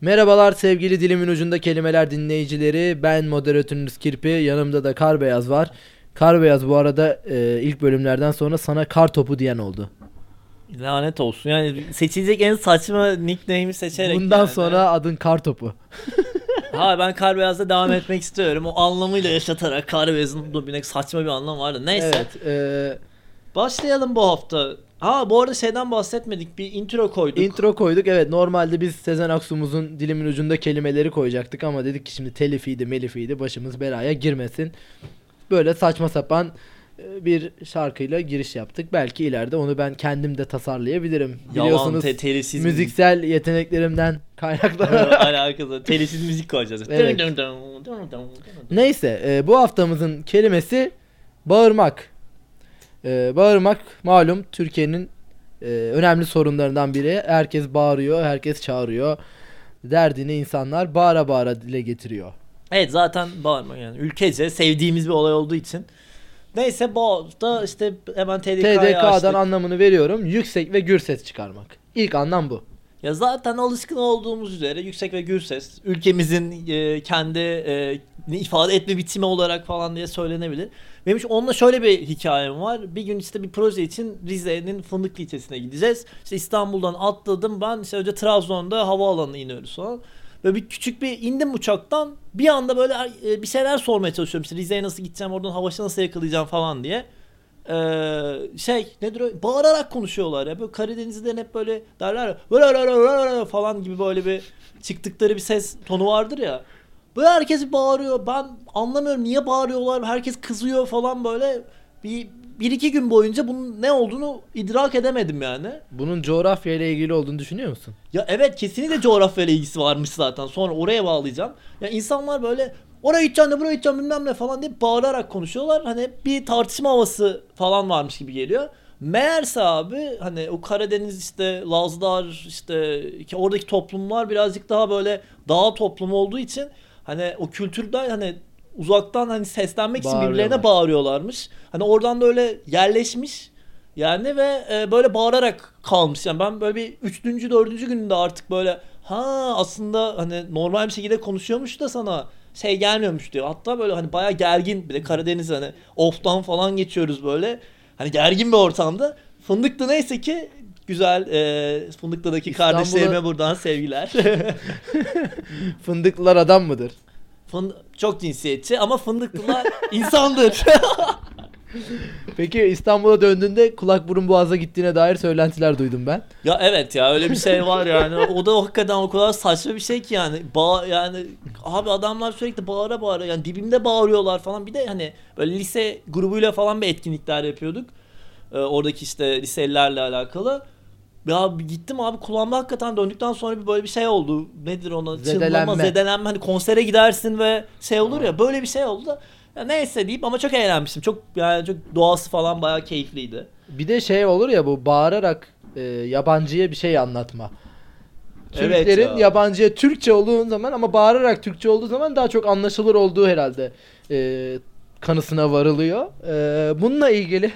Merhabalar sevgili Dilimin Ucunda Kelimeler dinleyicileri. Ben moderatörünüz Kirpi. Yanımda da Karbeyaz var. Karbeyaz bu arada ilk bölümlerden sonra sana kar topu diyen oldu. Lanet olsun. Yani seçilecek en saçma nickname'i seçerek. Bundan yani. sonra adın kar topu. Ha, ben Karbeyaz'da devam etmek istiyorum. O anlamıyla yaşatarak Karbeyaz'ın da bir saçma bir anlam vardı. Neyse. Evet. Başlayalım bu hafta. Ha, bu arada şeyden bahsetmedik. Bir intro koyduk. Intro koyduk. Evet, normalde biz Sezen Aksu'muzun Dilimin Ucunda Kelimeleri koyacaktık ama dedik ki şimdi telifiydi melifiydi, başımız belaya girmesin. Böyle saçma sapan bir şarkıyla giriş yaptık. Belki ileride onu ben kendim de tasarlayabilirim. Yalan, biliyorsunuz müziksel yeteneklerimden kaynaklı. Alakası. Telifsiz müzik koyacağız. Evet. Neyse, bu haftamızın kelimesi bağırmak. Bağırmak malum Türkiye'nin önemli sorunlarından biri. Herkes bağırıyor, herkes çağırıyor. Derdini insanlar bağıra bağıra dile getiriyor. Evet, zaten bağırmak yani ülkece sevdiğimiz bir olay olduğu için. Neyse, bu hafta işte hemen TDK'dan anlamını veriyorum. Yüksek ve gür ses çıkarmak. İlk anlam bu. Ya zaten alışkın olduğumuz üzere yüksek ve gür ses ülkemizin kendi ifade etme biçimi olarak falan diye söylenebilir. Benim onunla şöyle bir hikayem var. Bir gün işte bir proje için Rize'nin Fındıklı ilçesine gideceğiz. İşte İstanbul'dan atladım ben. İşte önce Trabzon'da havaalanına iniyoruz falan. Böyle bir indim uçaktan, bir anda böyle bir şeyler sormaya çalışıyorum. İşte Rize'ye nasıl gideceğim, oradan havaşı nasıl yakalayacağım falan diye. Nedir o? Bağırarak konuşuyorlar ya. Böyle Karadeniz'den hep böyle derler ya, falan gibi böyle bir çıktıkları bir ses tonu vardır ya. Böyle herkes bağırıyor. Ben anlamıyorum niye bağırıyorlar. Herkes kızıyor falan böyle. Bir iki gün boyunca bunun ne olduğunu idrak edemedim yani. Bunun coğrafya ile ilgili olduğunu düşünüyor musun? Ya evet, kesinlikle coğrafya ile ilgisi varmış zaten. Sonra oraya bağlayacağım. Ya insanlar böyle oraya gideceğim de buraya gideceğim bilmem ne falan diye bağırarak konuşuyorlar. Hani bir tartışma havası falan varmış gibi geliyor. Meğerse abi hani o Karadeniz işte Lazlar işte oradaki toplumlar birazcık daha böyle dağ toplumu olduğu için hani o kültürden hani uzaktan hani seslenmek için birbirlerine bağırıyorlarmış. Hani oradan da öyle yerleşmiş. Yani ve böyle bağırarak kalmış. Yani ben böyle bir 3. 4. gününde artık böyle aslında hani normal bir şekilde konuşuyormuş da sana şey gelmiyormuş diyor. Hatta böyle hani bayağı gergin, bir de Karadeniz hani off'tan falan geçiyoruz böyle. Hani gergin bir ortamda. Fındıklı neyse ki güzel, Fındıklı'daki kardeşlerime buradan sevgiler. Fındıklılar adam mıdır? Çok cinsiyetçi ama Fındıklılar insandır. Peki İstanbul'a döndüğünde kulak burun boğaza gittiğine dair söylentiler duydum ben. Ya evet ya, öyle bir şey var yani. O da hakikaten o kadar saçma bir şey ki yani. Yani abi adamlar sürekli bağıra bağıra yani dibimde bağırıyorlar falan. Bir de hani böyle lise grubuyla falan bir etkinlikler yapıyorduk. Oradaki işte liselilerle alakalı. Ya gittim abi, kulağımda hakikaten döndükten sonra bir böyle bir şey oldu. Nedir ona? Çınlama, zedelenme. Hani konsere gidersin ve şey olur ya, böyle bir şey oldu da. Ya neyse deyip ama çok eğlenmiştim. Çok yani çok doğası falan bayağı keyifliydi. Bir de şey olur ya, bu bağırarak yabancıya bir şey anlatma. Evet Türklerin ya. yabancıya Türkçe olduğu zaman ama bağırarak Türkçe olduğu zaman daha çok anlaşılır olduğu herhalde kanısına varılıyor. Bununla ilgili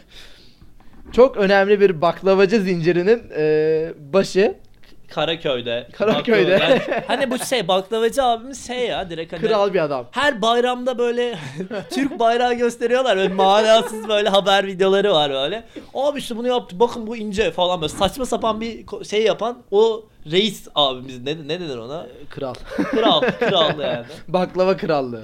çok önemli bir baklavacı zincirinin başı Karaköy'de. Yani, hani bu baklavacı abimiz ya direkt hani kral bir adam. her bayramda böyle Türk bayrağı gösteriyorlar. Böyle manasız böyle haber videoları var böyle. Abi işte bunu yaptı. Bakın bu ince falan böyle saçma sapan bir şey yapan o reis abimiz. Ne denir ona? Kral. Kral yani. Baklava krallığı.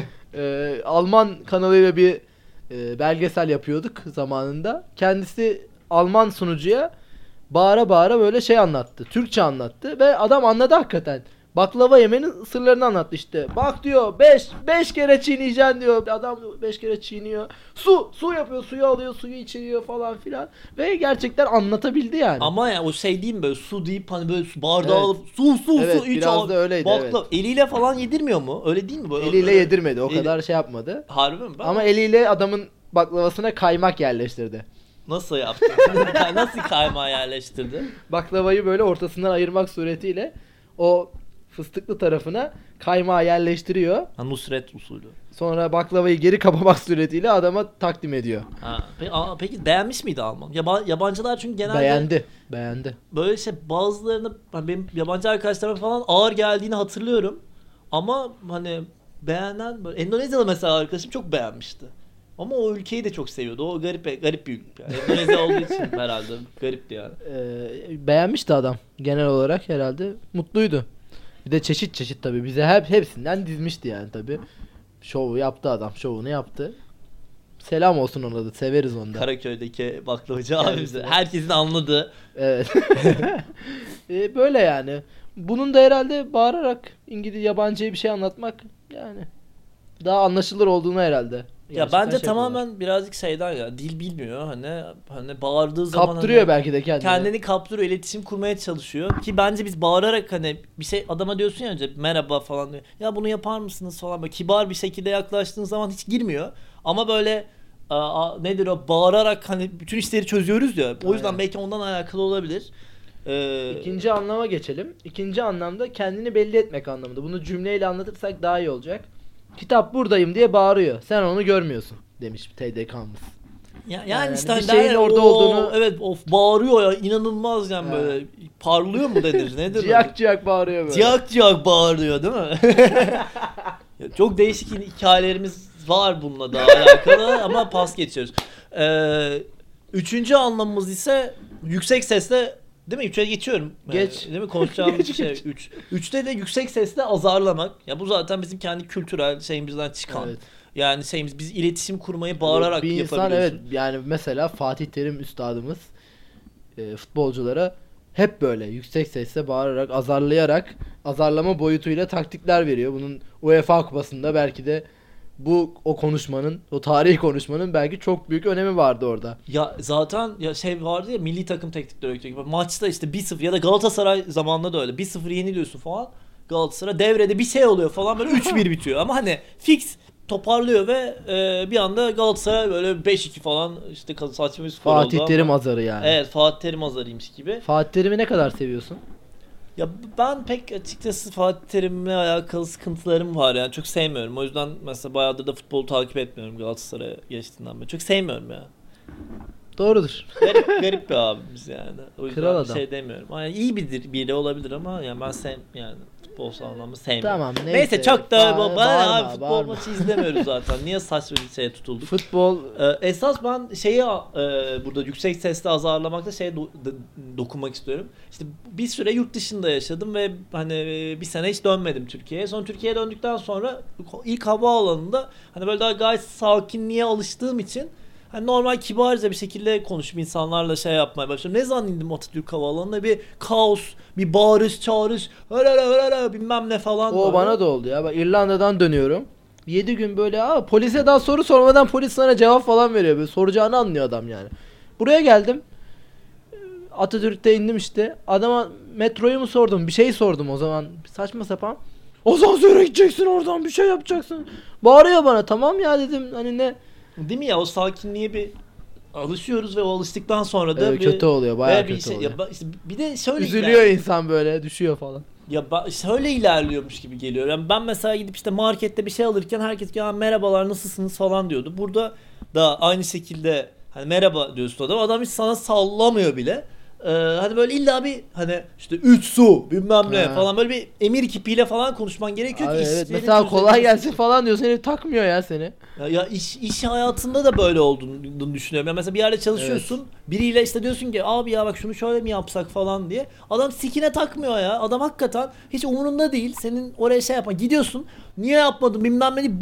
Alman kanalıyla bir belgesel yapıyorduk zamanında. Kendisi Alman sunucuya bağıra bağıra böyle şey anlattı. Türkçe anlattı ve adam anladı hakikaten. Baklava yemenin sırlarını anlattı işte. Bak diyor 5 kere çiğneyeceksin diyor. Adam 5 kere çiğniyor. Su yapıyor. Suyu alıyor. Suyu içiriyor falan filan. Ve gerçekten anlatabildi yani. Ama ya o değil mi böyle su deyip hani böyle su bardağı alıp su evet, iç biraz abi. da öyleydi. Baklava. Evet. Eliyle falan yedirmiyor mu? Öyle değil mi? Böyle eliyle yedirmedi. O kadar şey yapmadı. Harbi mi? Ama eliyle adamın baklavasına kaymak yerleştirdi. Nasıl yaptı? Nasıl kaymağı yerleştirdi? Baklavayı böyle ortasından ayırmak suretiyle o fıstıklı tarafına kaymağı yerleştiriyor. Ha, Nusret usulü. Sonra baklavayı geri kapamak suretiyle adama takdim ediyor. Ha, peki beğenmiş miydi Alman? Yabancılar çünkü genelde Beğendi. böyle bazılarını benim yabancı arkadaşlarıma falan ağır geldiğini hatırlıyorum. Ama hani beğenen böyle Endonezyalı mesela arkadaşım çok beğenmişti. Ama o ülkeyi de çok seviyordu. O garip bir ülke. Yani Endonezya olduğu için herhalde garipti yani. Beğenmişti adam genel olarak herhalde. Mutluydu. Bir de çeşit tabii. Bize hepsinden dizmişti yani tabii. Şovu yaptı adam. Şovunu yaptı. Selam olsun ona da. Severiz onu da. Karaköy'deki baklavacı abimize. Herkesin anladığı. Evet. Böyle yani. Bunun da herhalde bağırarak yabancıya bir şey anlatmak yani daha anlaşılır olduğunu herhalde. Ya bence tamamen birazcık şeyden ya dil bilmiyor hani bağırdığı zaman kaptırıyor hani, belki de kendini kaptırıyor, iletişim kurmaya çalışıyor ki bence biz bağırarak hani bir şey adama diyorsun ya önce merhaba falan diyor. Ya bunu yapar mısınız falan böyle kibar bir şekilde yaklaştığın zaman hiç girmiyor ama böyle nedir o bağırarak hani bütün işleri çözüyoruz ya o yüzden belki ondan alakalı olabilir. İkinci anlama geçelim. İkinci anlamda kendini belli etmek anlamında. Bunu cümleyle anlatırsak daha iyi olacak. Kitap buradayım diye bağırıyor. Sen onu görmüyorsun demiş TDK'mız. Yani işte bir şeyin orada olduğunu evet bağırıyor ya inanılmaz yani böyle parlıyor mu denir nedir? Ciyak bağırıyor böyle. Ciyak bağırıyor değil mi? Çok değişik hikayelerimiz var bununla da alakalı ama pas geçiyoruz. Üçüncü anlamımız ise yüksek sesle değil mi? 3'e geçiyorum. Geç. Değil mi? Konuşacağımız şey 3. 3'te de yüksek sesle azarlamak. Ya bu zaten bizim kendi kültürel şeyimizden çıkan. Evet. Yani biz iletişim kurmayı bağırarak bir insan yapabiliyorsun. Evet yani mesela Fatih Terim üstadımız futbolculara hep böyle yüksek sesle bağırarak azarlayarak azarlama boyutuyla taktikler veriyor. Bunun UEFA kupasında belki de o konuşmanın, o tarihi konuşmanın belki çok büyük önemi vardı orada. Ya zaten ya vardı ya milli takım teknik direktörü gibi. Maçta işte 1-0 ya da Galatasaray zamanında da öyle. 1-0 yeniliyorsun falan. Galatasaray devrede bir şey oluyor falan böyle 3-1 bitiyor. Ama hani fix toparlıyor ve bir anda Galatasaray böyle 5-2 falan işte saçma bir skor oldu. Fatih Terim azarı yani. Evet, Fatih Terim azarıymış gibi. Fatih Terim'i ne kadar seviyorsun? Ya ben pek açıkçası Fatih Terim'le alakalı sıkıntılarım var yani çok sevmiyorum. O yüzden mesela bayağıdır da futbolu takip etmiyorum Galatasaray'a geçtiğinden beri. Çok sevmiyorum ya. Doğrudur. Garip bir abimiz yani. O yüzden Kral bir adam. şey demiyorum. Yani iyi biri olabilir ama yani ben yani futbol anlamda sevmiyorum. Tamam neyse çok da bağırma, futbol maçı izlemiyoruz zaten. Niye saçma bir şeye tutulduk? Futbol esas ben burada yüksek sesle azarlamakta dokunmak istiyorum. İşte bir süre yurt dışında yaşadım ve hani bir sene hiç dönmedim Türkiye'ye. Sonra Türkiye'ye döndükten sonra ilk havaalanında hani böyle daha gayet sakinliğe alıştığım için hani normal kibarca bir şekilde konuşup insanlarla yapmaya başladım. Ne zaman indim Atatürk Havaalanı'na bir kaos, bir bağırış, çağırış, bilmem ne falan. O bana da oldu ya. Bak İrlanda'dan dönüyorum. 7 gün böyle polise daha soru sormadan polis sana cevap falan veriyor. Böyle soracağını anlıyor adam yani. Buraya geldim. Atatürk'te indim işte. Adama metroyu mu sordum? Bir şey sordum o zaman. Saçma sapan. Asansöre gideceksin oradan bir şey yapacaksın. Bağırıyor bana. Tamam ya dedim. Hani ne? Değil mi ya o sakinliğe bir alışıyoruz ve o alıştıktan sonra da kötü oluyor bayağı kötü şey, oluyor. işte bir de şöyle üzülüyor insan böyle düşüyor falan. Ya şöyle ilerliyormuş gibi geliyor. Yani ben mesela gidip işte markette bir şey alırken herkes ya merhabalar nasılsınız falan diyordu. Burada da aynı şekilde hani merhaba diyorsun adam hiç sana sallamıyor bile. Hani böyle illa bir hani işte 3 su bilmem ne falan böyle bir emir kipiyle falan konuşman gerekiyor abi ki evet, mesela kolay gelsin falan diyor seni takmıyor ya seni. Ya iş hayatında da böyle olduğunu düşünüyorum. Ya mesela bir yerde çalışıyorsun. Evet. Biriyle işte diyorsun ki abi ya bak şunu şöyle mi yapsak falan diye. Adam sikine takmıyor ya. Adam hakikaten hiç umurunda değil. Senin oraya yapan gidiyorsun. Niye yapmadın bilmem ne diye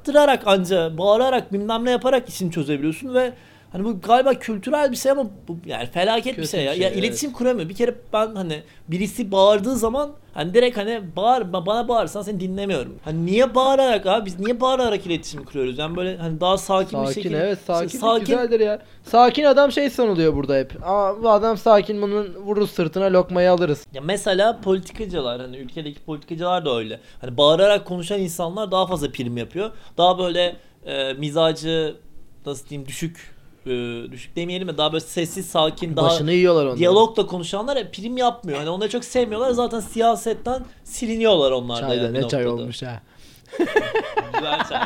bağırarak bilmem ne yaparak işini çözebiliyorsun ve hani bu galiba kültürel bir şey ama bu yani felaket bir şey ya. Ya iletişim kuramıyor. Bir kere ben hani birisi bağırdığı zaman hani direkt hani bana bağırsan seni dinlemiyorum. Hani niye bağırarak abi biz niye bağırarak iletişim kuruyoruz? Yani böyle hani daha sakin bir şekilde. Evet sakin güzeldir ya. Sakin adam sanılıyor burada hep. Bu adam sakin bunun vururuz sırtına lokmayı alırız. Ya mesela politikacılar hani ülkedeki politikacılar da öyle. Hani bağırarak konuşan insanlar daha fazla prim yapıyor. Daha böyle mizacı nasıl diyeyim düşük düşük demeyelim de daha böyle sessiz sakin daha Başını yiyorlar onları. diyalogla konuşanlar prim yapmıyor. Hani onları çok sevmiyorlar. Zaten siyasetten siliniyorlar onlar da. Çay da yani bir ne çay noktada. olmuş ha. Güzel çay.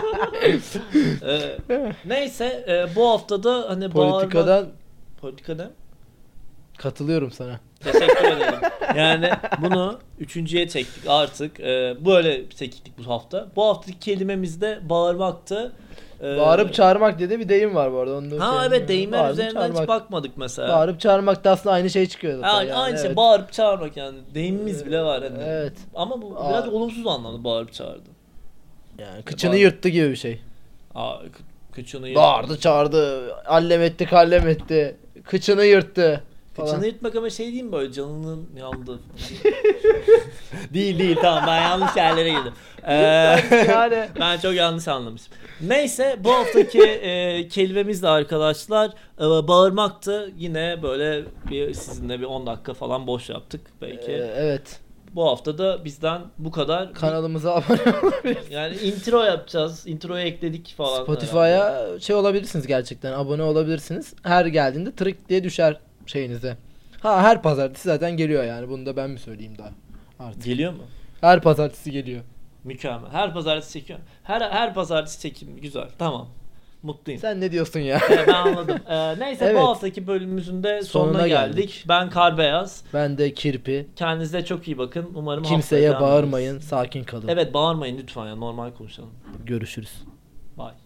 Neyse bu haftada hani Politikadan katılıyorum sana. teşekkür ederim. Yani bunu üçüncüye çektik artık. Böyle çektik bu hafta. Bu haftaki kelimemiz de bağırmaktı. Bağırıp çağırmak dedi bir deyim var bu arada. Onu da Ha şey- evet, deyimler Bağırıp üzerinden çağırmak. hiç bakmadık mesela. Bağırıp çağırmak da aslında aynı şey çıkıyor zaten. Ha, yani, aynı şey evet. bağırıp çağırmak yani. Deyimimiz bile var hani. Evet. Ama bu biraz olumsuz anlamda bağırıp çağırdı. Yani kıçını Bağır- yırttı gibi bir şey. Kıçını yırttı. Bağırdı çağırdı. Allem etti kallem etti. Kıçını yırttı. falan. Kıçını yırtmak ama şey değil mi böyle canının yandı. değil tamam, ben yanlış yerlere girdim. Yani. Ben çok yanlış anlamışım. Neyse bu haftaki kelimemiz de arkadaşlar bağırmaktı. Yine böyle sizinle bir 10 dakika falan boş yaptık belki. Evet. Bu hafta da bizden bu kadar. Kanalımıza abone olabilirsiniz. Yani intro yapacağız. Introya ekledik falan. Spotify'a şey olabilirsiniz gerçekten. Abone olabilirsiniz. Her geldiğinde tırık diye düşer şeyinize. Ha her pazartesi zaten geliyor yani. Bunu da ben mi söyleyeyim daha artık. Geliyor mu? Her pazartesi geliyor. Mükemmel. Her pazartesi çekiyorum. Her pazartesi çekim güzel. Tamam. Mutluyum. Sen ne diyorsun ya? Ben anladım. Neyse Evet. bu haftaki bölümümüzün de sonuna Sonuna geldik. geldik. Ben Kar Beyaz. Ben de Kirpi. Kendinize çok iyi bakın. Umarım Kimseye haftaya devam bağırmayın. ederiz. Sakin kalın. Evet, bağırmayın lütfen ya, normal konuşalım. Görüşürüz. Bye.